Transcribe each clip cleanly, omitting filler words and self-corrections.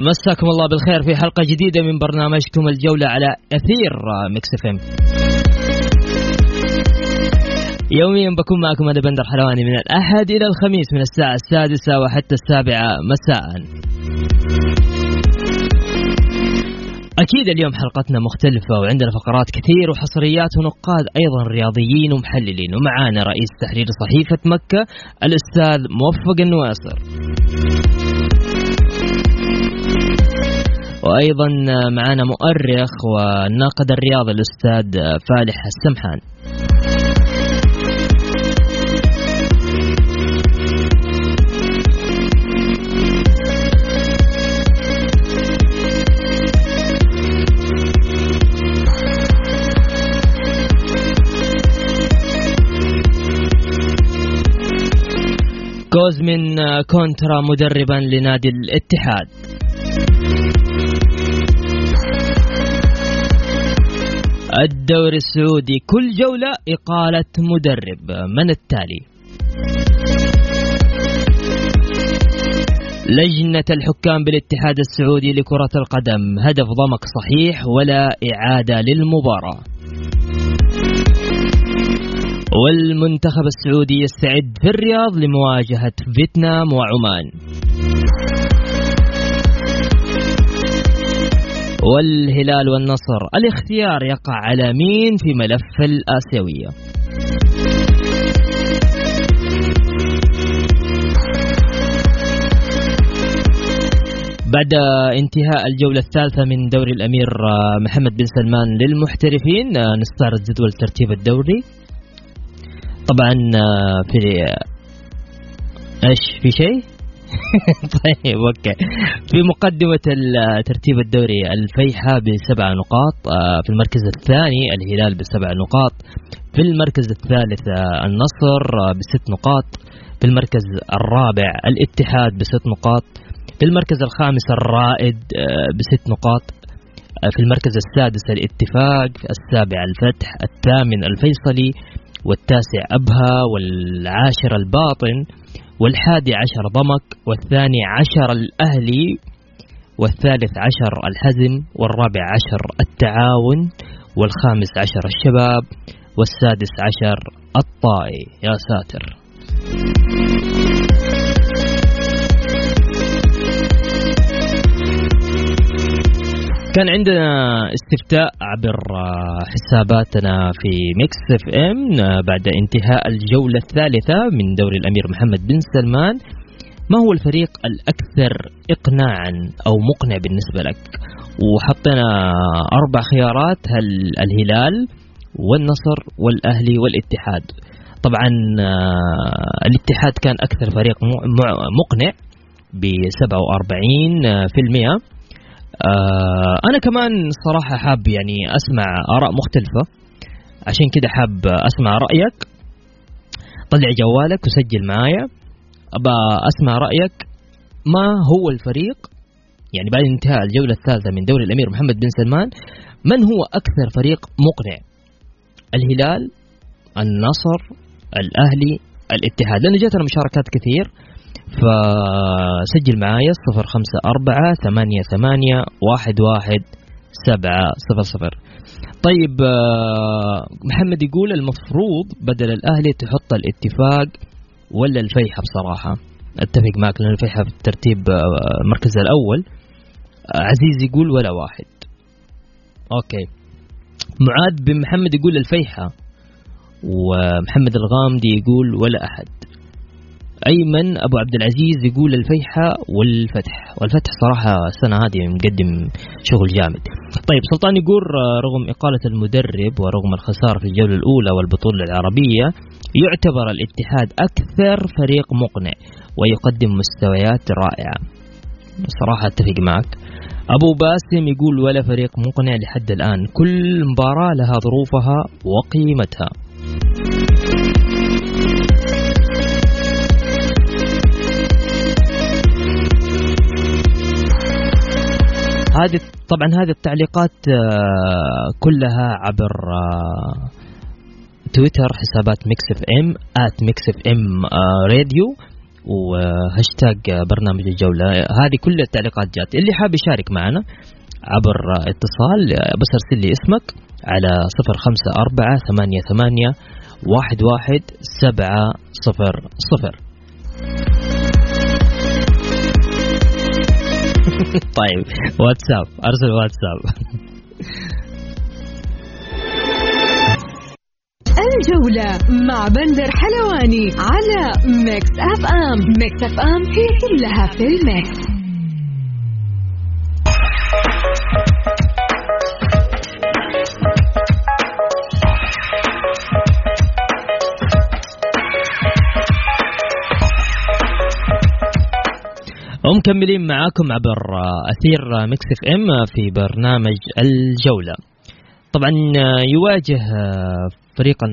مساكم الله بالخير في حلقة جديدة من برنامجكم الجولة على أثير ميكس اف ام. يوميا بكون معكم أنا بندر حلواني من الأحد إلى الخميس من الساعة 6 وحتى 7 مساء. أكيد اليوم حلقتنا مختلفة وعندنا فقرات كثير وحصريات ونقاد أيضا رياضيين ومحللين، ومعانا رئيس تحرير صحيفة مكة الأستاذ موفق النواصر، وأيضا معنا مؤرخ والناقد الرياضي الأستاذ فالح السمحان. كوزمين كونترا مدربا لنادي الاتحاد. الدوري السعودي كل جولة إقالة مدرب، من التالي؟ لجنة الحكام بالاتحاد السعودي لكرة القدم، هدف ضمك صحيح ولا إعادة للمباراة. والمنتخب السعودي يستعد في الرياض لمواجهة فيتنام وعمان. والهلال والنصر، الاختيار يقع على مين في ملف الآسيوية؟ بعد انتهاء الجولة الثالثة من دوري الأمير محمد بن سلمان للمحترفين نستعرض جدول ترتيب الدوري. طبعا في شيء طيب اوكي. في مقدمة ترتيب الدوري الفيحة ب7 نقاط، في المركز الثاني الهلال ب7 نقاط، في المركز الثالث النصر ب6 نقاط، في المركز الرابع الاتحاد ب6 نقاط، في المركز الخامس الرائد ب6 نقاط، في المركز السادس الاتفاق، السابع الفتح، الثامن الفيصلي، والتاسع أبها، والعاشر الباطن، والحادي عشر ضمك، والثاني عشر الأهلي، والثالث عشر الحزم، والرابع عشر التعاون، والخامس عشر الشباب، والسادس عشر الطائي. يا ساتر. كان عندنا استفتاء عبر حساباتنا في ميكس اف ام بعد انتهاء الجولة الثالثة من دوري الأمير محمد بن سلمان. ما هو الفريق الأكثر إقناعا أو مقنع بالنسبة لك؟ وحطينا 4 خيارات: الهلال والنصر والأهلي والاتحاد. طبعا الاتحاد كان أكثر فريق مقنع ب47%. أنا كمان صراحة حاب يعني أسمع آراء مختلفة، عشان كده حاب أسمع رأيك. طلع جوالك وسجل معايا، أبى أسمع رأيك. ما هو الفريق يعني بعد انتهاء الجولة الثالثة من دوري الأمير محمد بن سلمان، من هو أكثر فريق مقنع؟ الهلال، النصر، الأهلي، الاتحاد؟ لأنه جاتنا مشاركات كثير، فسجل معايا 0548811700. طيب محمد يقول المفروض بدل الأهلي تحط الاتفاق ولا الفيحة. بصراحة اتفق معك لأن الفيحة في الترتيب المركز الأول. عزيز يقول ولا واحد. اوكي. معاذ بن محمد يقول الفيحة، ومحمد الغامدي يقول ولا أحد. أيمن أبو عبد العزيز يقول الفيحة والفتح صراحة السنة هذه مقدم شغل جامد. طيب سلطان يقول رغم إقالة المدرب ورغم الخسارة في الجولة الأولى والبطولة العربية يعتبر الاتحاد أكثر فريق مقنع ويقدم مستويات رائعة. صراحة أتفق معك. أبو باسم يقول ولا فريق مقنع لحد الآن، كل مباراة لها ظروفها وقيمتها. هذه التعليقات كلها عبر تويتر حسابات ميكس اف ام @ميكس اف ام راديو، وهاشتاج برنامج الجولة. هذه كل التعليقات جات. اللي حاب يشارك معنا عبر اتصال بس ارسل لي اسمك على 0548811700. طيب واتساب، ارسل واتساب. الجولة مع بندر حلواني على ميكس اف ام. ميكس اف ام هي كلها في الميكس. ومكملين معاكم عبر أثير ميكس اف ام في برنامج الجولة. طبعا يواجه فريق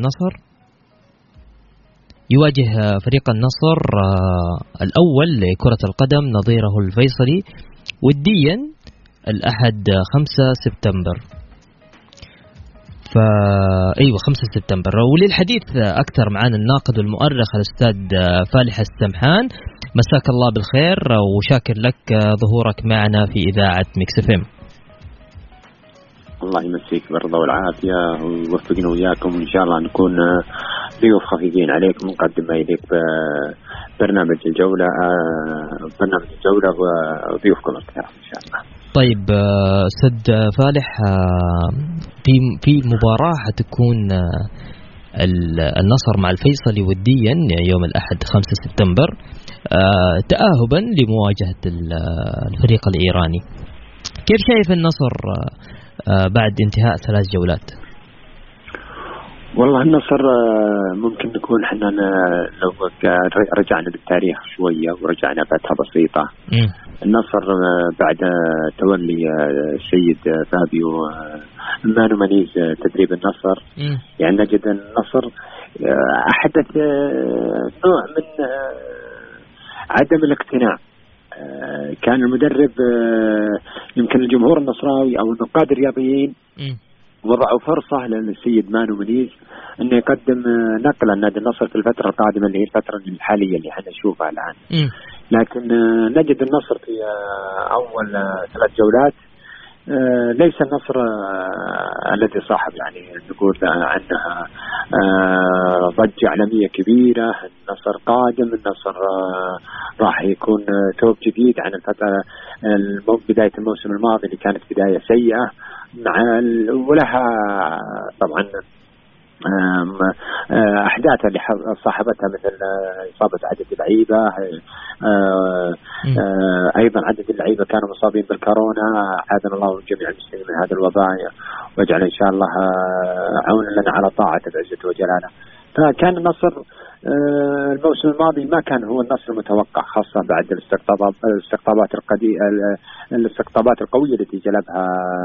النصر الأول لكرة القدم نظيره الفيصلي وديا الأحد 5 سبتمبر. 5 سبتمبر. وللحديث أكثر معنا الناقد والمؤرخ الأستاذ فالح السمحان. مساك الله بالخير وشاكر لك ظهورك معنا في إذاعة ميكس اف ام. الله يمسيك بالرضا والعافية ويوفقنا وياكم إن شاء الله نكون ضيوف خفيفين عليك ونقدم ما يليق برنامج الجولة وضيوفكم الكرام إن شاء الله. طيب سد فالح، في مباراة حتكون النصر مع الفيصلي وديا يوم الأحد 5 سبتمبر تأهبا لمواجهة الفريق الإيراني. كيف شايف النصر بعد انتهاء 3 جولات؟ والله النصر ممكن نكون حنا لو رجعنا للتاريخ شوية ورجعنا فترة بسيطة. النصر بعد تولي السيد فابيو مانو منيز تدريب النصر يعني نجد النصر أحدث نوع من عدم الاقتناع. كان المدرب يمكن الجمهور النصراوي أو النقاد الرياضيين وضعوا فرصة للسيد مانو منيز أنه يقدم نقلة نادي النصر في الفترة القادمة اللي هي الفترة الحالية اللي احنا نشوفها الآن. لكن نجد النصر في أول 3 جولات ليس النصر الذي صاحب يعني نقول عنها ضجة عالمية كبيرة. النصر قادم، النصر راح يكون توب جديد عن الفترة بداية الموسم الماضي اللي كانت بداية سيئة مع ولها طبعا أحداث اللي صاحبتها مثل إصابة عدد اللعيبة، أيضا عدد اللعيبة كانوا مصابين بالكورونا. عافانا الله جميع المسلمين من هذا الوباء واجعل إن شاء الله عونا لنا على طاعته بعزته وجلاله. فكان النصر الموسم الماضي ما كان هو النصر المتوقع، خاصة بعد الاستقطابات القوية التي جلبها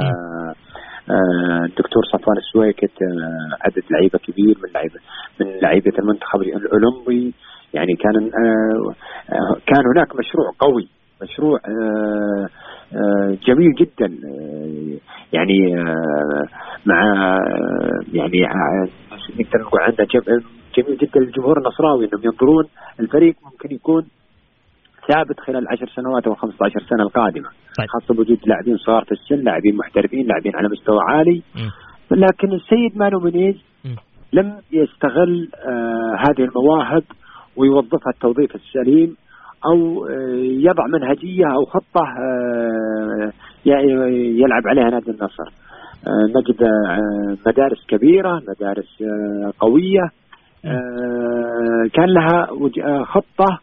الدكتور صفوان السويكت. عدد لعيبة كبير من لعيبة المنتخب الأولمبي. يعني كان هناك مشروع قوي، مشروع جميل جدا يعني مع يعني نقدر نقول عنده جميل جدا للجمهور النصراوي انهم ينظرون الفريق ممكن يكون ثابت خلال 10 سنوات أو 15 سنة القادمة. خاصة بوجود لاعبين صغار في السن، لاعبين محترفين، لاعبين على مستوى عالي. لكن السيد مانو منيز لم يستغل هذه المواهب ويوظفها التوظيف السليم أو يضع منهجية أو خطة يلعب عليها نادي النصر. نجد مدارس كبيرة، مدارس قوية كان لها خطة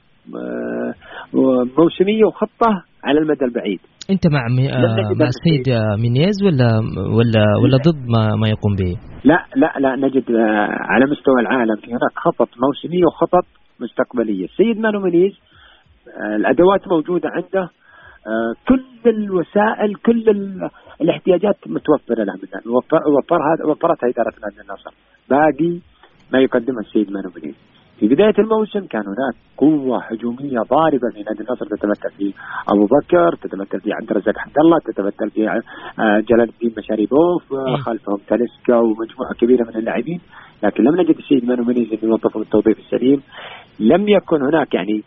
موسمية وخطة على المدى البعيد. أنت مع السيد مينيز ولا ضد ما يقوم به؟ لا نجد على مستوى العالم في هناك خطط موسمية وخطط مستقبلية. السيد مانو منيز الأدوات موجودة عنده، كل الوسائل كل الاحتياجات متوفرة له وفرتها إدارة نادي النصر. باقي ما يقدمه السيد مانو منيز. في بداية الموسم كان هناك قوة هجومية ضاربة في نادي النصر، تتمثل في أبو بكر، تتمثل في عبد الرزاق حمد الله، تتمثل في جلال الدين مشاريبوف، خلفهم تاليسكا ومجموعة كبيرة من اللاعبين. لكن لم نجد السيد مانو منيز يوظفه بالتوظيف السليم. لم يكن هناك يعني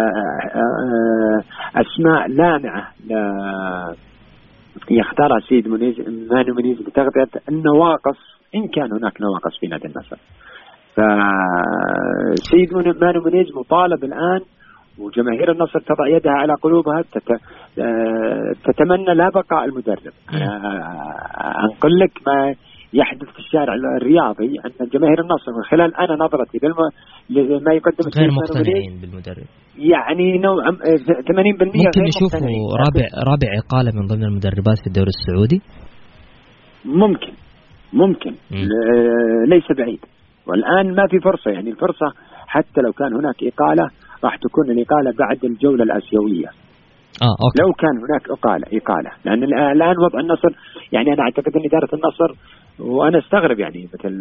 أسماء لامعة يختارها السيد مانو منيز لتغطية النواقص إن كان هناك نواقص في نادي النصر. فالسيد مانو منيز مطالب الآن، وجماهير النصر تضع يدها على قلوبها تتمنى لا بقاء المدرب. أنقل لك ما يحدث في الشارع الرياضي أن جماهير النصر من خلال أنا نظرتي لما يقدم غير مقتنعين بالمدرب، يعني نوع 80% ممكن يشوفوا رابع إقالة من ضمن المدربات في الدوري السعودي. ممكن ليس بعيد، والآن ما في فرصة. يعني الفرصة حتى لو كان هناك إقالة راح تكون الإقالة بعد الجولة الآسيوية. أوكي. لو كان هناك إقالة لأن الآن وضع النصر، يعني أنا أعتقد أن إدارة النصر، وأنا استغرب يعني مثل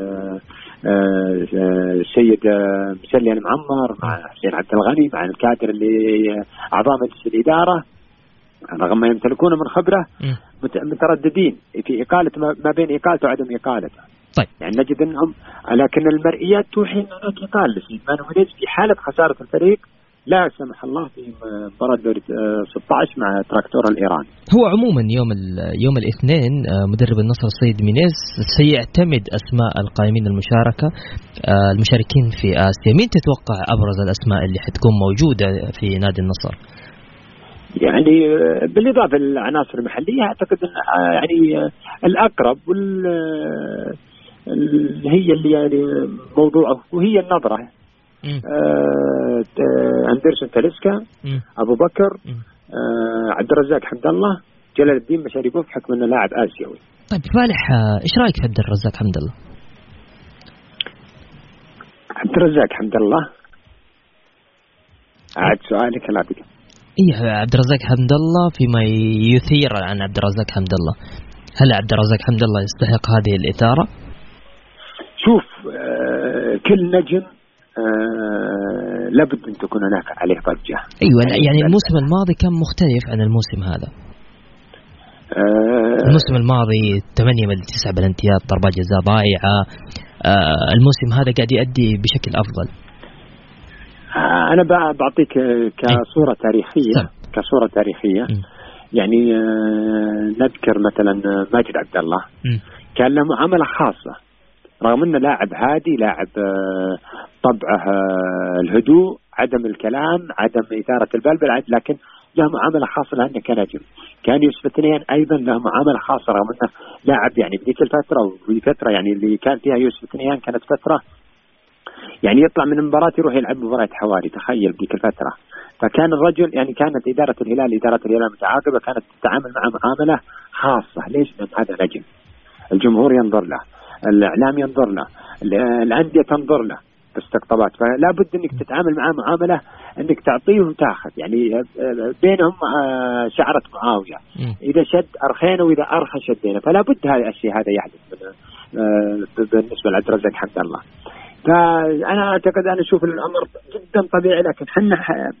السيد مسلي المعمر مع حسين عبد الغني مع الكادر اللي أعضاء مجلس الإدارة رغم ما يمتلكونه من خبرة مترددين في إقالة ما بين إقالته وعدم إقالته. طيب. يعني نجد أنهم، لكن المرئيات توحي أن هناك إقالة لسيد مانو منيز في حالة خسارة الفريق لا سمح الله في مباراة دوري 16 مع تراكتور الإيراني. هو عموما يوم الاثنين مدرب النصر السيد مينيز سيعتمد أسماء القائمين المشاركين في آسيا. مين تتوقع أبرز الأسماء اللي حتكون موجودة في نادي النصر؟ يعني بالإضافة للعناصر المحلية أعتقد أن يعني الأقرب هي اللي يعني موضوعه وهي النظرة أندرسون تاليسكا، أبو بكر، عبد الرزاق حمد الله، جلال الدين مشاريبوف حكم أنه لاعب آسيوي. طيب فالح، إيش رأيك في عبد الرزاق حمد الله؟ عبد الرزاق حمد الله، أعد سؤالك لا بك. إيه عبد الرزاق حمد الله فيما يثير عن عبد الرزاق حمد الله، هل عبد الرزاق حمد الله يستحق هذه الإثارة؟ شوف، كل نجم لابد أن تكون هناك عليه ضجة. أيوة، يعني الموسم الماضي كان مختلف عن الموسم هذا. الموسم الماضي 8 من 9 بلنتيات، ضربات جزاء ضائعة. الموسم هذا قاعد يؤدي بشكل أفضل. أنا بعطيك كصورة تاريخية. يعني نذكر مثلا ماجد عبد الله كان له معاملة خاصة، رغم أنه لاعب هادي، لاعب طبعه الهدوء، عدم الكلام، عدم إثارة البلبل، لكن له معاملة خاصة لأنه كنجم. كان يوسف الثنيان أيضا له معاملة خاصة، رغم أنه لاعب يعني بديك الفترة وفي فترة يعني اللي كان فيها يوسف الثنيان كانت فترة يعني يطلع من المباراة يروح يلعب مباراة حوالي، تخيل بديك الفترة. فكان الرجل يعني كانت إدارة الهلال متعاقبة، كانت تتعامل معه معاملة خاصة. ليش؟ لأن هذا نجم، الجمهور ينظر له، الإعلام ينظر له، الأندية تنظر له باستقطابات. فلا بد أنك تتعامل معه معاملة أنك تعطيه وتأخذ، يعني بينهم شعرة معاوية، إذا شد أرخينا وإذا أرخى شدينا. فلا بد هذا الشيء هذا يحدث بالنسبة لعبد الرزاق حمد الله. فأنا أعتقد أنا أشوف الأمر جدا طبيعي، لكن حنا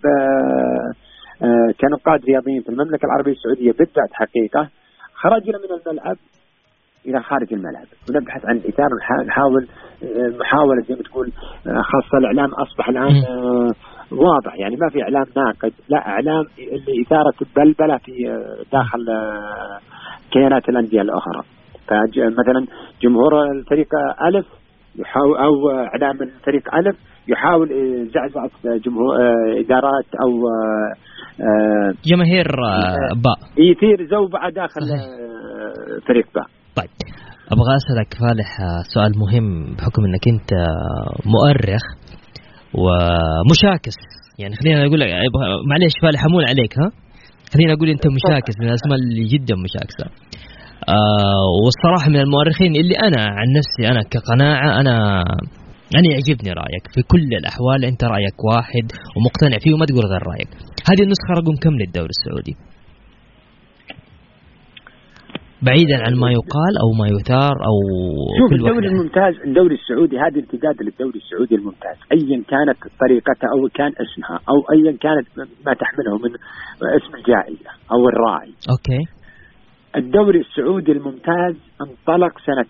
كنقاد رياضيين في المملكة العربية السعودية بالذات حقيقة خرجنا من الملعب إلى خارج الملعب ونبحث عن الإثارة، نحاول محاولة زي ما تقول، خاصة الإعلام أصبح الآن واضح، يعني ما في إعلام ناقد، لا إعلام لإثارة البلبلة في داخل كيانات الأندية الأخرى. فمثلا جمهور الفريق ألف يحاول، أو إعلام الفريق ألف يحاول زعزعة جمهور إدارات أو جماهير باء، يثير زوبعة داخل فريق باء. طيب أبغى أسألك فالح سؤال مهم، بحكم أنك أنت مؤرخ ومشاكس، يعني خلينا نقول معليش فالح حمول عليك، خلينا نقول أنت مشاكس من الأسماء اللي جدا مشاكسة. والصراحة من المؤرخين اللي أنا عن نفسي أنا كقناعة أنا يعجبني رأيك في كل الأحوال، أنت رأيك واحد ومقتنع فيه وما تقول غير رأيك. هذه النسخة رقم كم للدوري السعودي؟ بعيدا عن ما يقال أو ما يثار أو شوف الدوري الممتاز، الدوري السعودي هذه امتداد للدوري السعودي الممتاز، أيا كانت طريقتها أو كان اسمها أو أيا كانت ما تحمله من اسم الجائزة أو الراعي. أوكي. الدوري السعودي الممتاز انطلق سنة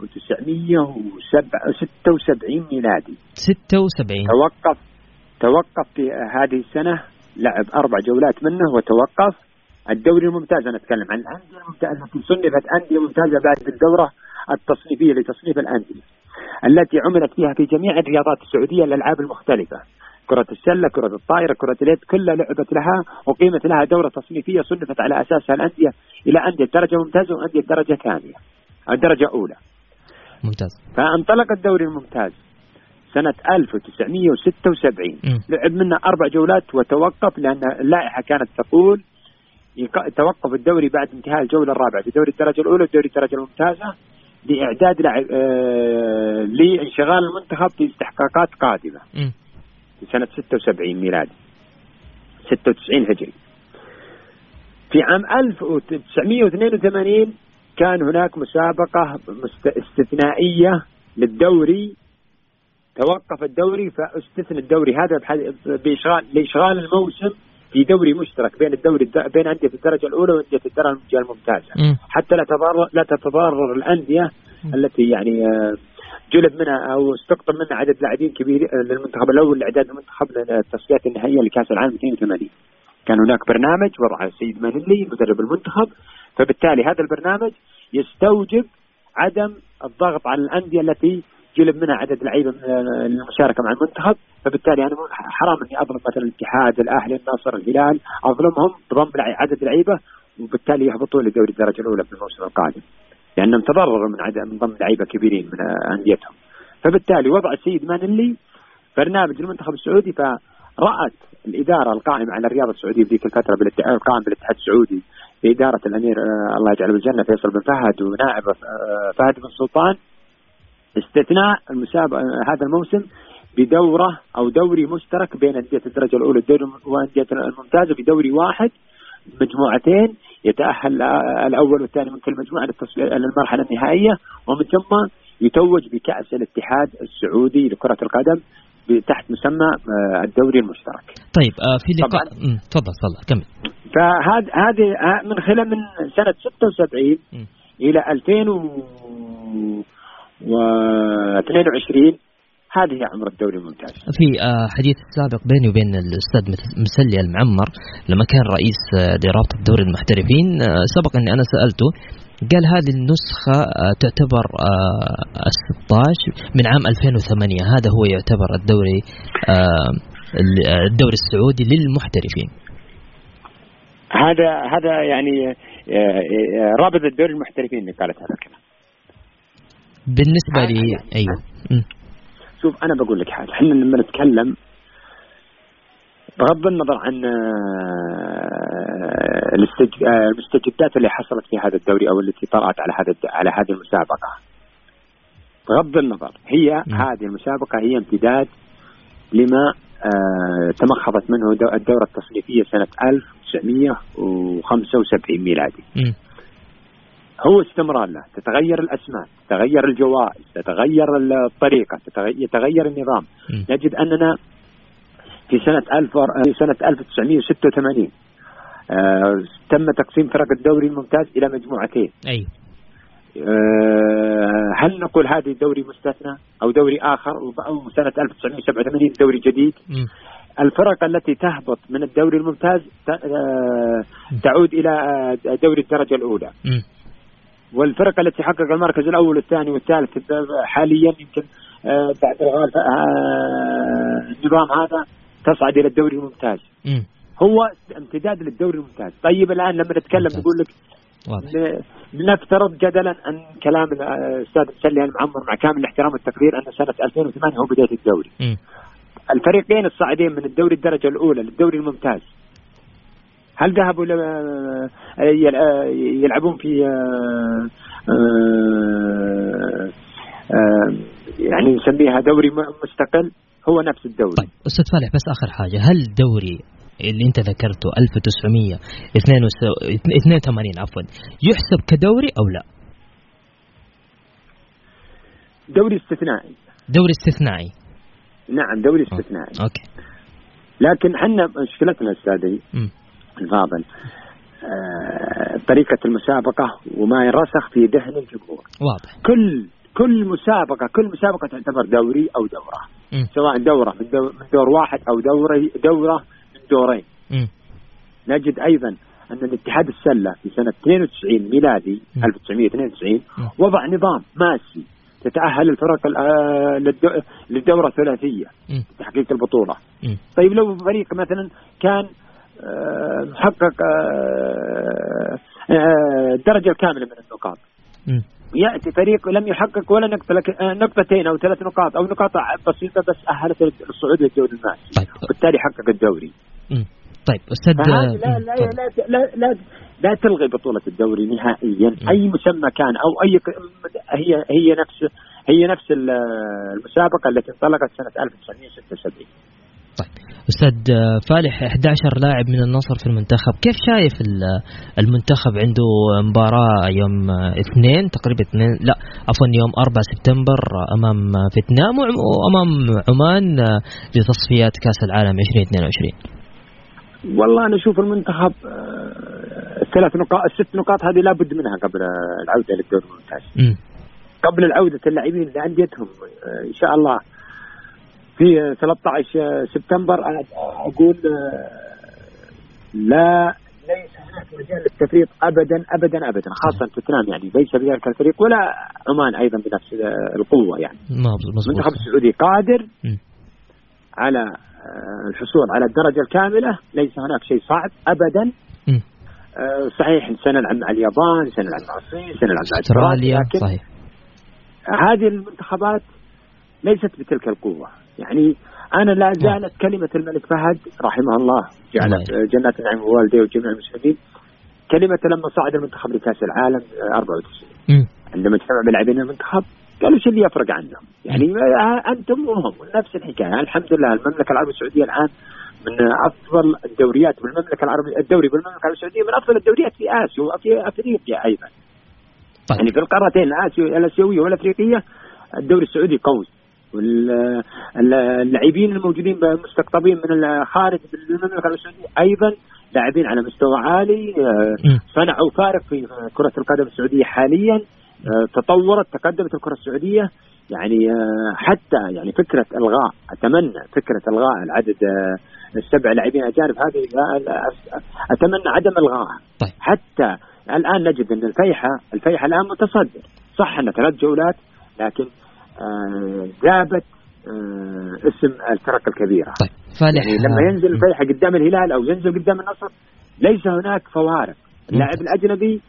1976 ميلادي. 76. توقف في هذه السنة، لعب 4 جولات منه وتوقف. الدوري الممتاز أنا أتكلم عن الأندية الممتازة التي صنفت أندية ممتازة بعد الدورة التصنيفية لتصنيف الأندية التي عملت فيها في جميع الرياضات السعودية الألعاب المختلفة، كرة السلة، كرة الطائرة، كرة اليد، كلها لعبت لها وقيمت لها دورة تصنيفية صنفت على أساسها الأندية إلى أندية درجة ممتازة وأندية درجة ثانية أو درجة أولى. ممتاز. فانطلق الدوري الممتاز سنة 1976. لعب منه 4 جولات وتوقف لأن اللائحة كانت تقول توقف الدوري بعد انتهاء الجولة الرابعة في دوري الدرجة الأولى ودوري الدرجة الممتازة لإعداد لانشغال المنتخب في استحقاقات قادمة في سنة 76 ميلادي 96 هجري. في عام 1982 كان هناك مسابقة استثنائية للدوري، توقف الدوري فاستثنى الدوري هذا لإشغال الموسم في دوري مشترك بين أندية الدرجة الأولى وأندية الدرجة الممتازة حتى لا تتضرر الأندية التي يعني جلب منها أو استقطب منها عدد لاعبين كبير للمنتخب الأول لإعداد المنتخب للتصفيات النهائية لكأس العالم 82. كان هناك برنامج وضعه السيد مانيلي مدرب المنتخب، فبالتالي هذا البرنامج يستوجب عدم الضغط على الأندية التي جلب منها عدد لعيبة للمشاركة مع المنتخب. فبالتالي أنا حرام أني أظلم مثلا الاتحاد، الأهلي، النصر، الهلال، أظلمهم بضم عدد لعيبة وبالتالي يهبطون لدوري الدرجة الأولى في الموسم القادم لأنهم تضرروا من ضم لعيبة كبيرين من أنديتهم. فبالتالي وضع السيد مانيلي برنامج المنتخب السعودي، فرأت الإدارة القائمة على الرياضة السعودية في ذيك الفترة القائم بالاتحاد السعودي بإدارة الأمير الله يجعله بالجنة فيصل بن فهد ونائب فهد بن سلطان استثناء المسابقة هذا الموسم بدورة أو دوري مشترك بين أندية الدرجة الأولى وأندية الممتازة بدوري واحد مجموعتين يتأهل الأول والثاني من كل مجموعة للمرحلة النهائية، ومن ثم يتوج بكأس الاتحاد السعودي لكرة القدم تحت مسمى الدوري المشترك. طيب في لقاء تفضل كمل. فهذه من خلال من سنة 76 إلى 2022 هذه هي عمر الدوري الممتاز. في حديث السابق بيني وبين الأستاذ مسلي المعمر لما كان رئيس لرابطة دوري المحترفين سبق أني أنا سألته، قال هذه النسخة تعتبر 16 من عام 2008، هذا هو يعتبر الدوري السعودي للمحترفين. هذا يعني رابطة الدوري المحترفين اللي قالت هذا الكلام. بالنسبة لي أيوه. شوف أنا بقول لك حاجة، إحنا لما نتكلم بغض النظر عن المستجدات اللي حصلت في هذا الدوري أو التي طرأت على هذه المسابقة، بغض النظر هذه المسابقة هي امتداد لما تمخضت منه الدورة التصنيفية سنة 1975 ميلادي. هو استمرار له، تتغير الأسماء، تتغير الجوائز، تتغير الطريقة، يتغير النظام. نجد أننا في سنة 1986 تم تقسيم فرق الدوري الممتاز إلى مجموعتين. هل نقول هذه دوري مستثنى أو دوري آخر؟ أو سنة 1987 دوري جديد؟ الفرق التي تهبط من الدوري الممتاز تعود إلى دوري الدرجة الأولى، والفرق التي حقق المركز الأول والثاني والثالث حاليا يمكن بعد النظام هذا تصعد إلى الدوري الممتاز. هو امتداد للدوري الممتاز. طيب الآن لما نتكلم نقول لك لنفترض جدلا أن كلام الأستاذ مسلي المعمر مع كامل الاحترام والتقدير أن سنة 2008 هو بداية الدوري. الفريقين الصاعدين من الدوري الدرجة الأولى للدوري الممتاز هل ذهبوا يلعبون في يعني نسميها دوري مستقل؟ هو نفس الدوري. طيب أستاذ فالح، بس آخر حاجة، هل دوري اللي أنت ذكرته 1982 عفوا يحسب كدوري أو لا؟ دوري استثنائي. دوري استثنائي. نعم دوري استثنائي. أوكي. لكن حنا مشكلتنا أستاذي الفاضل طريقة المسابقة وما يرسخ في ذهن الجمهور. واضح. كل مسابقة تعتبر دوري أو دورة. سواء دورة من دور واحد أو دورة من دورين. نجد أيضا أن الاتحاد السلة في سنة 92 ميلادي 1992 وضع نظام ماسي تتأهل الفرق للدورة الثلاثية لتحقيق البطولة. طيب لو فريق مثلا كان محقق الدرجة الكاملة من النقاط يأتي فريق لم يحقق ولا نقطتين أو 3 نقاط أو نقاط بسيطة بس أهلت الصعود للدوري الماسي وبالتالي حقق الدوري. طيب أستاذ لا تلغي بطولة الدوري نهائيا أي مسمى كان أو أي هي نفس المسابقة التي انطلقت سنة 1976. طيب أستاذ فالح 11 لاعب من النصر في المنتخب، كيف شايف المنتخب عنده مباراة يوم 2 تقريبا يوم 4 سبتمبر أمام فيتنام وأمام عمان لتصفيات كأس العالم 2022. والله أنا أشوف المنتخب 6 نقاط هذه لا بد منها قبل العودة للدوري الممتاز. قبل العودة اللاعبين لأنديتهم إن شاء الله في 13 سبتمبر أقول ليس هناك مجال للتفريط أبدا خاصة تتنام يعني ليس بذلك الفريق ولا عمان أيضا بنفس القوة يعني. المنتخب السعودي قادر على الحصول على الدرجة الكاملة، ليس هناك شيء صعب أبدا. صحيح سنلعب مع اليابان، سنلعب مع الصين، سنلعب مع أستراليا، صحيح هذه المنتخبات ليست بتلك القوة. يعني أنا لا زالت كلمة الملك فهد رحمه الله جعلت جنات النعيم والديه وجميع المسلمين، كلمة لما صعد المنتخب لكأس العالم 94 عندما اجتمع بلاعبين المنتخب قالوا شو اللي يفرق عنهم يعني أنتم وهم نفس الحكاية. الحمد لله المملكة العربية السعودية الآن من أفضل الدوريات بالمملكة العربية، الدوري بالمملكة العربية السعودية من أفضل الدوريات في آسيا وفي أفريقيا أيضا. يعني في القارتين الآسيوية والأفريقية الدوري السعودي قوي، واللاعبين الموجودين مستقطبين من الخارج بالمملكة العربية السعودية أيضا لاعبين على مستوى عالي، صنعوا فارق في كرة القدم السعودية حاليا، تطورت تقدمت الكرة السعودية. يعني حتى يعني فكرة أتمنى فكرة إلغاء العدد 7 لاعبين أجانب هذه أتمنى عدم إلغائها. طيب. حتى الآن نجد أن الفيحة الآن متصدر، صح أن 3 جولات لكن ذابت اسم الفرق الكبيرة. طيب. يعني لما ينزل الفيحة قدام الهلال أو ينزل قدام النصر ليس هناك فوارق. اللاعب الأجنبي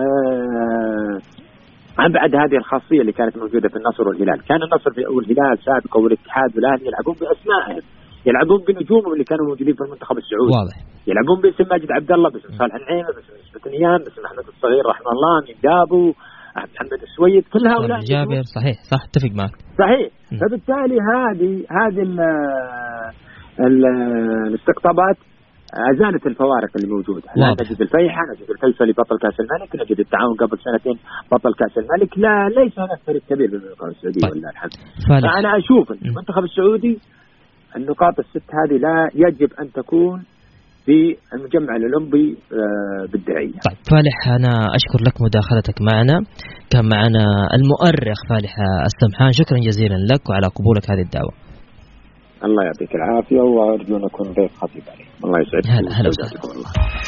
عن بعد هذه الخاصية اللي كانت موجودة في النصر والهلال، كان النصر والهلال سابقا والاتحاد والأهلي يلعبون بأسمائهم، يلعبون بنجومهم اللي كانوا موجودين في المنتخب السعودي. واضح. يلعبون باسم ماجد عبد الله، باسم صالح النعيمة، باسم نسبة نيام، باسم أحمد الصغير رحمه الله، من دابو، محمد السويد، كل هؤلاء جابر. صحيح صح اتفق معك. صحيح. فبالتالي هذه الاستقطابات أزالت الفوارق اللي موجودة. لا نجد الفيحة، نجد الفيصلي بطل كأس الملك، نجد التعاون قبل 2 بطل كأس الملك. ليس هناك فريق كبير بالمنتخب السعودي. طيب. والله الحمد. فأنا أشوف أن المنتخب السعودي النقاط ال6 هذه لا يجب أن تكون في المجمع الأولمبي بالدعية. طيب فالح أنا أشكر لك مداخلتك معنا، كان معنا المؤرخ فالح السمحان، شكرا جزيلا لك وعلى قبولك هذه الدعوة. الله يعطيك العافية وأرجو أن أكون ضيف خفيف عليك. الله يسعدك. هلا وسهلا.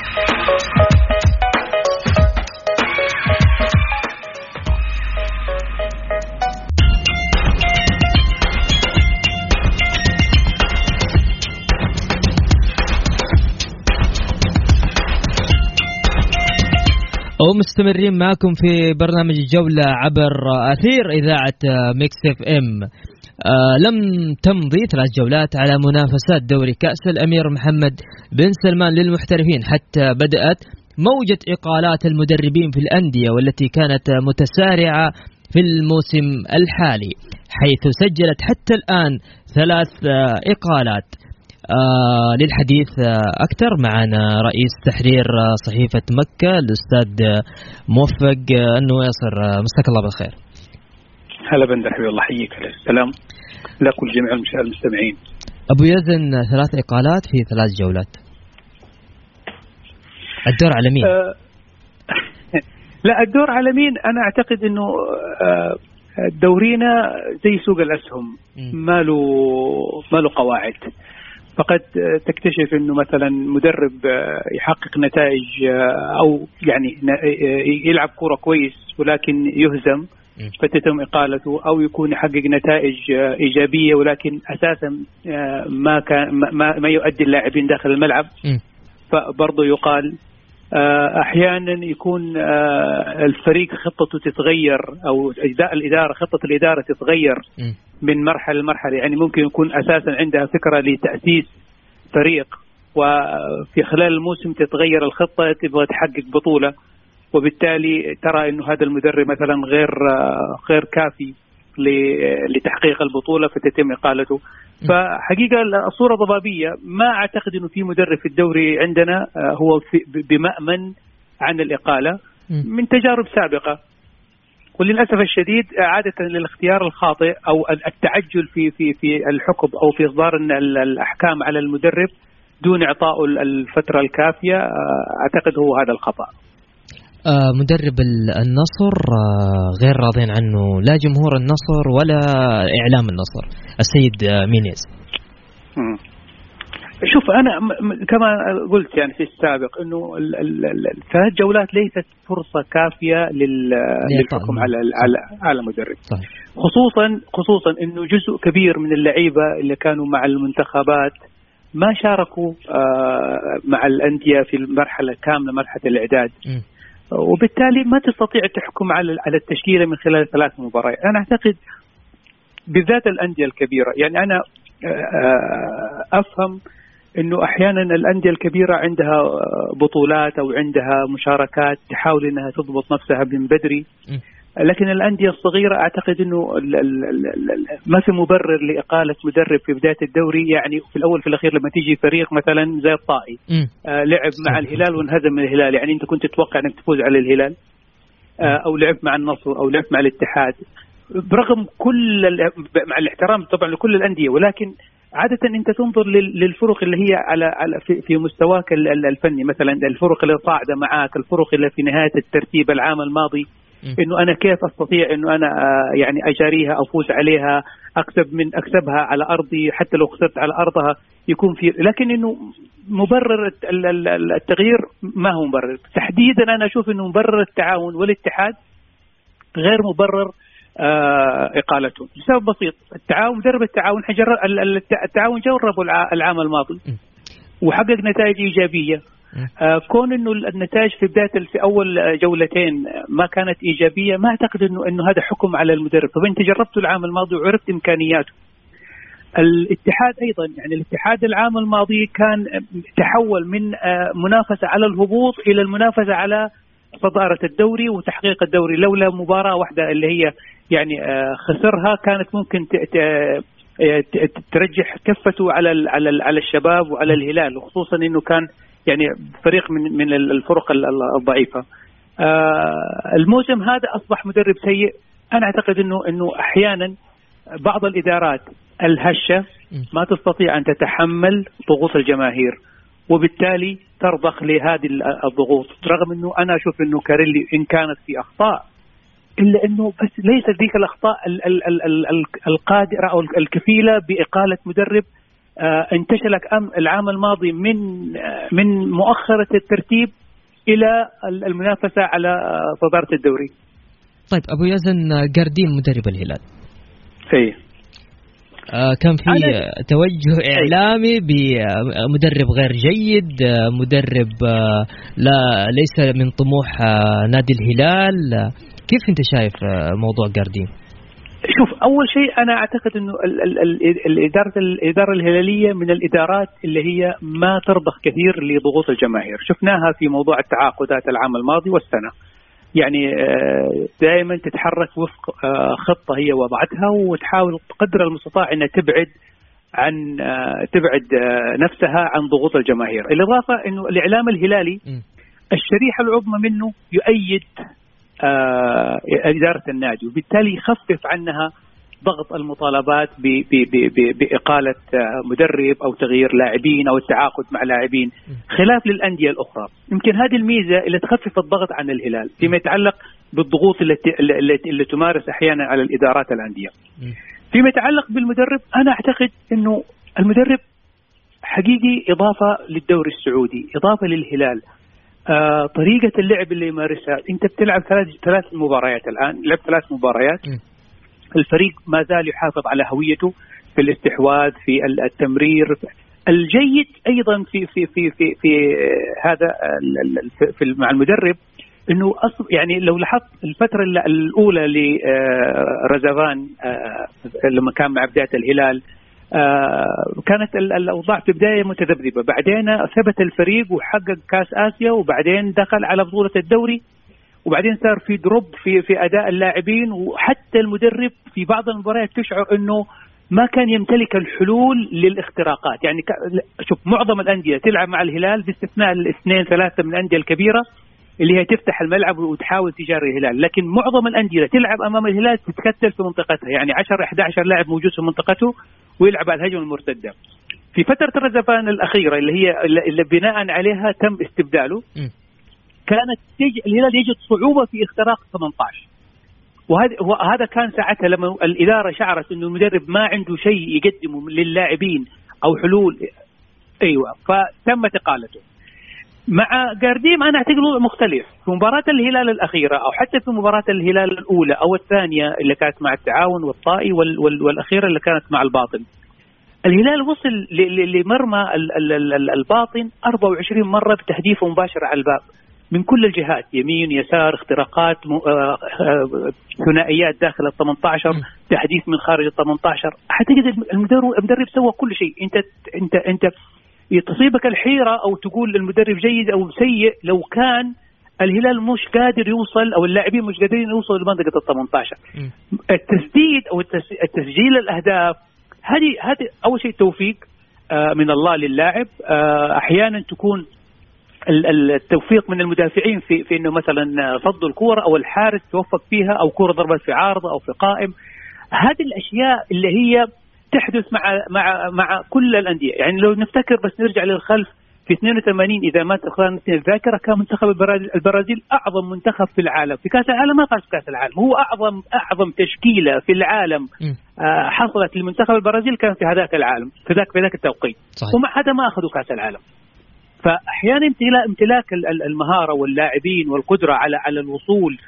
ومستمرين معكم في برنامج الجولة عبر أثير إذاعة ميكس اف ام. لم تمضي 3 جولات على منافسات دوري كأس الأمير محمد بن سلمان للمحترفين حتى بدأت موجة إقالات المدربين في الأندية والتي كانت متسارعة في الموسم الحالي، حيث سجلت حتى الآن 3 إقالات. للحديث أكثر للحديث أكثر معنا رئيس تحرير صحيفة مكة الأستاذ موفق النويصر. مساك الله بالخير. هلا بندر حبيبي الله يحييك. السلام لكل جميع المستمعين. أبو يزن 3 إقالات في 3 جولات، الدور على مين؟ لا الدور على مين؟ أنا أعتقد أنه دورينا زي سوق الأسهم ما له قواعد. فقد تكتشف أنه مثلا مدرب يحقق نتائج أو يعني يلعب كرة كويس ولكن يهزم فتتم إقالته، أو يكون يحقق نتائج إيجابية ولكن أساسا ما يؤدي اللاعبين داخل الملعب فبرضه يقال. أحيانا يكون الفريق خطته تتغير أو خطة الإدارة تتغير من مرحلة لمرحلة. يعني ممكن يكون أساسا عندها فكرة لتأسيس فريق وفي خلال الموسم تتغير الخطة، تبغى تحقق بطولة، وبالتالي ترى إنه هذا المدرب مثلا غير كافي لتحقيق البطولة فتتم إقالته. فحقيقة الصورة ضبابية. ما أعتقد إنه في مدرب في الدوري عندنا هو بمأمن عن الإقالة من تجارب سابقة، وللأسف الشديد عادة للاختيار الخاطئ أو التعجل في الحكم أو في إصدار الأحكام على المدرب دون إعطائه الفترة الكافية، أعتقد هو هذا الخطأ. مدرب النصر غير راضين عنه لا جمهور النصر ولا إعلام النصر، السيد مينيز. شوف أنا كما قلت يعني في السابق إنه 3 جولات ليست فرصة كافية للحكم على مدرب، خصوصا إنه جزء كبير من اللعيبة اللي كانوا مع المنتخبات ما شاركوا مع الأندية في المرحلة كاملة مرحلة الإعداد، وبالتالي ما تستطيع تحكم على التشكيلة من خلال 3 مباريات. أنا أعتقد بالذات الأندية الكبيرة، يعني أنا أفهم إنه أحيانا الأندية الكبيرة عندها بطولات أو عندها مشاركات تحاول إنها تضبط نفسها من بدري، لكن الأندية الصغيرة أعتقد إنه ما في مبرر لإقالة مدرب في بداية الدوري. يعني في الأول في الأخير لما تيجي فريق مثلا زي الطائي لعب مع الهلال وانهزم من الهلال، يعني أنت كنت تتوقع أنك تفوز على الهلال، أو لعب مع النصر أو لعب مع الاتحاد، برغم مع الاحترام طبعا لكل الأندية، ولكن عادة أنت تنظر للفرق اللي هي على في مستواك الفني، مثلا الفرق اللي صاعدة معاك، الفرق اللي في نهاية الترتيب العام الماضي، إنه أنا كيف أستطيع إنه أنا يعني أجاريها أو أفوز عليها، أكسبها على أرضي حتى لو خسرت على أرضها يكون في. لكن إنه مبرر التغيير ما هو مبرر تحديدا. أنا أشوف إنه مبرر التعاون والاتحاد غير مبرر إقالته لسبب بسيط. مدرب التعاون جربوا العام الماضي وحقق نتائج إيجابية. كون إنه النتائج في أول جولتين ما كانت إيجابية، ما أعتقد إنه هذا حكم على المدرب. طب أنت جربته العام الماضي وعرفت إمكانياته. الاتحاد أيضا، يعني الاتحاد العام الماضي كان تحول من منافسة على الهبوط إلى المنافسة على صدارة الدوري وتحقيق الدوري. لولا مباراة واحدة اللي هي يعني خسرها كانت ممكن ترجح كفته على الشباب وعلى الهلال، وخصوصا إنه كان يعني فريق من الفرق الضعيفة. الموسم هذا أصبح مدرب سيء. أنا أعتقد إنه أحيانا بعض الإدارات الهشة ما تستطيع أن تتحمل ضغوط الجماهير، وبالتالي ترضخ لهذه الضغوط، رغم إنه أنا أشوف إنه كاريلي إن كانت في أخطاء إلا إنه بس ليست ذيك الأخطاء القادرة أو الكفيلة بإقالة مدرب انتشلك العام الماضي من مؤخرة الترتيب إلى المنافسة على صدارة الدوري. طيب أبو يزن جاردين مدرب الهلال، كان في توجه إعلامي بمدرب غير جيد، مدرب ليس من طموح نادي الهلال. كيف أنت شايف موضوع جاردين؟ شوف، أول شيء أنا أعتقد أنه الإدارة الهلالية من الإدارات اللي هي ما ترضخ كثير لضغوط الجماهير. شفناها في موضوع التعاقدات العام الماضي والسنة، يعني دائما تتحرك وفق خطة هي وضعتها، وتحاول قدر المستطاع أنها تبعد عن تبعد نفسها عن ضغوط الجماهير. الإضافة إنه الإعلام الهلالي الشريحة العظمى منه يؤيد إدارة النادي، وبالتالي يخفف عنها ضغط المطالبات بإقالة مدرب أو تغيير لاعبين أو التعاقد مع لاعبين، خلاف للأندية الأخرى. يمكن هذه الميزة اللي تخفف الضغط عن الهلال فيما يتعلق بالضغوط اللي تمارس أحيانا على الإدارات الأندية. فيما يتعلق بالمدرب، أنا أعتقد أنه المدرب حقيقي إضافة للدوري السعودي، إضافة للهلال. طريقة اللعب اللي يمارسها، أنت بتلعب ثلاث مباريات الآن، لعب 3 مباريات، الفريق ما زال يحافظ على هويته في الاستحواذ، في التمرير الجيد، أيضا في هذا في مع المدرب، إنه يعني لو لاحظت الفترة الأولى لرزفان لما كان مع بداية الهلال، كانت الأوضاع في بداية متذبذبة، بعدين ثبت الفريق وحقق كاس آسيا، وبعدين دخل على بطولة الدوري، وبعدين صار في دروب في أداء اللاعبين، وحتى المدرب في بعض المباريات تشعر أنه ما كان يمتلك الحلول للاختراقات. يعني شوف، معظم الأندية تلعب مع الهلال باستثناء 2-3 من الأندية الكبيرة اللي هي تفتح الملعب وتحاول تجاري الهلال، لكن معظم الأندية تلعب أمام الهلال تتكتل في منطقتها، يعني 10-11 لاعب موجود في منطقته ويلعب على الهجمة المرتدة. في فترة الرزفان الأخيرة اللي بناء عليها تم استبداله، كانت الهلال يجد صعوبة في اختراق 18، وهذا كان ساعتها لما الإدارة شعرت إنه المدرب ما عنده شيء يقدمه للاعبين أو حلول، أيوة، فتم إقالته. مع جارديم أنا أعتقد مختلف. في مباراة الهلال الأخيرة أو حتى في مباراة الهلال الأولى أو الثانية اللي كانت مع التعاون والطائي والأخيرة اللي كانت مع الباطن، الهلال وصل لمرمى الباطن 24 مرة بتهديف مباشر على الباب من كل الجهات، يمين يسار، اختراقات، ثنائيات داخل ال18، تحديث من خارج ال18. أعتقد المدرب سوى كل شيء. أنت تصيبك الحيرة أو تقول المدرب جيد أو سيء لو كان الهلال مش قادر يوصل أو اللاعبين مش قادرين يوصلوا لمنطقة ال18. التسديد أو التسجيل الأهداف، هذه أول شيء توفيق من الله للاعب. أحيانا تكون التوفيق من المدافعين في إنه مثلا صد الكرة أو الحارس توفق فيها، أو كرة ضربت في عارضة أو في قائم. هذه الأشياء اللي هي تحدث مع كل الأندية. يعني لو نفتكر بس نرجع للخلف، في 82 إذا ما تخلص الذاكرة، كان منتخب البرازيل أعظم منتخب في العالم في كأس العالم، ما فاز في كأس العالم، هو أعظم تشكيلة في العالم حصلت لمنتخب البرازيل كان في هذاك العالم في ذاك التوقيت، ومع هذا ما أخذوا كأس العالم. فأحيانا امتلاك المهارة واللاعبين والقدرة على الوصول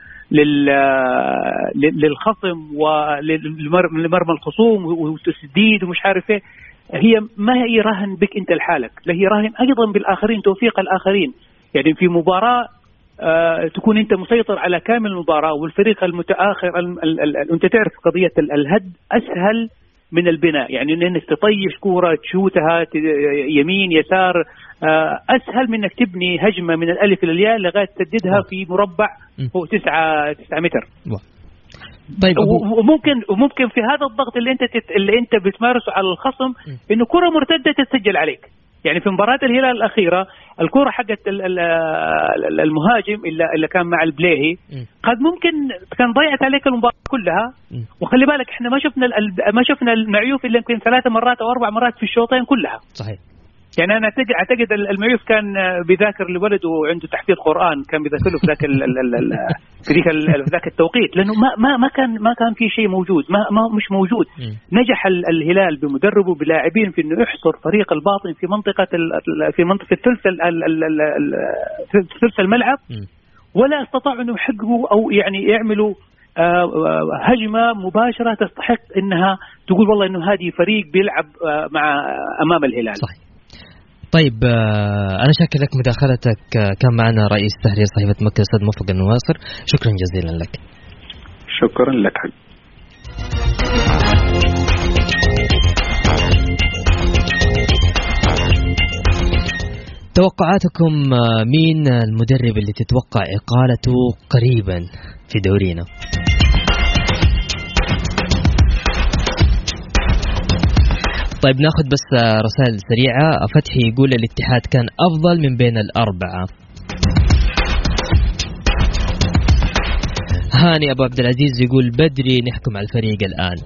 للخصم ولمرمى الخصوم والتسديد ومش عارف ايه، هي ما هي رهن بك انت لحالك، لا هي رهن ايضا بالاخرين، توفيق الاخرين. يعني في مباراة تكون انت مسيطر على كامل المباراة والفريق المتآخر، انت تعرف قضية الهد اسهل من البناء، يعني انك تطيش كورة تشوتها يمين يسار اسهل من انك تبني هجمة من الالف الى الياء لغاية تسددها في مربع فوق 9 متر. طيب وممكن في هذا الضغط اللي انت بتمارسه على الخصم انه كرة مرتدة تتسجل عليك. يعني في مباراة الهلال الأخيرة الكرة حقت المهاجم اللي كان مع البليهي قد ممكن كان ضيعت عليك المباراة كلها. وخلي بالك احنا ما شفنا المعيوف إلا يمكن 3 مرات أو 4 مرات في الشوطين كلها. صحيح. يعني أنا أعتقد المعيوف كان بيذاكر لولده وعنده تحفيظ قرآن، كان بيذاكر له في ذاك التوقيت، لأنه ما كان في شيء موجود، مش موجود. نجح الهلال بمدربه بلاعبين في إنه يحصر فريق الباطن في منطقة ثلث الملعب، ولا استطاعوا إنه يحققوا أو يعني يعملوا هجمة مباشرة تستحق إنها تقول والله إنه هذه فريق بيلعب أمام الهلال. صحيح. طيب أنا شاكر لك مداخلتك. كان معنا رئيس تحرير صحيفة مكة الأستاذ موفق النواصر، شكرا جزيلا لك. شكرا لك. توقعاتكم، مين المدرب اللي تتوقع إقالته قريبا في دورينا؟ طيب ناخذ بس رسائل سريعة. فتحي يقول الاتحاد كان أفضل من بين الأربعة. هاني أبو عبد العزيز يقول بدري نحكم على الفريق الآن.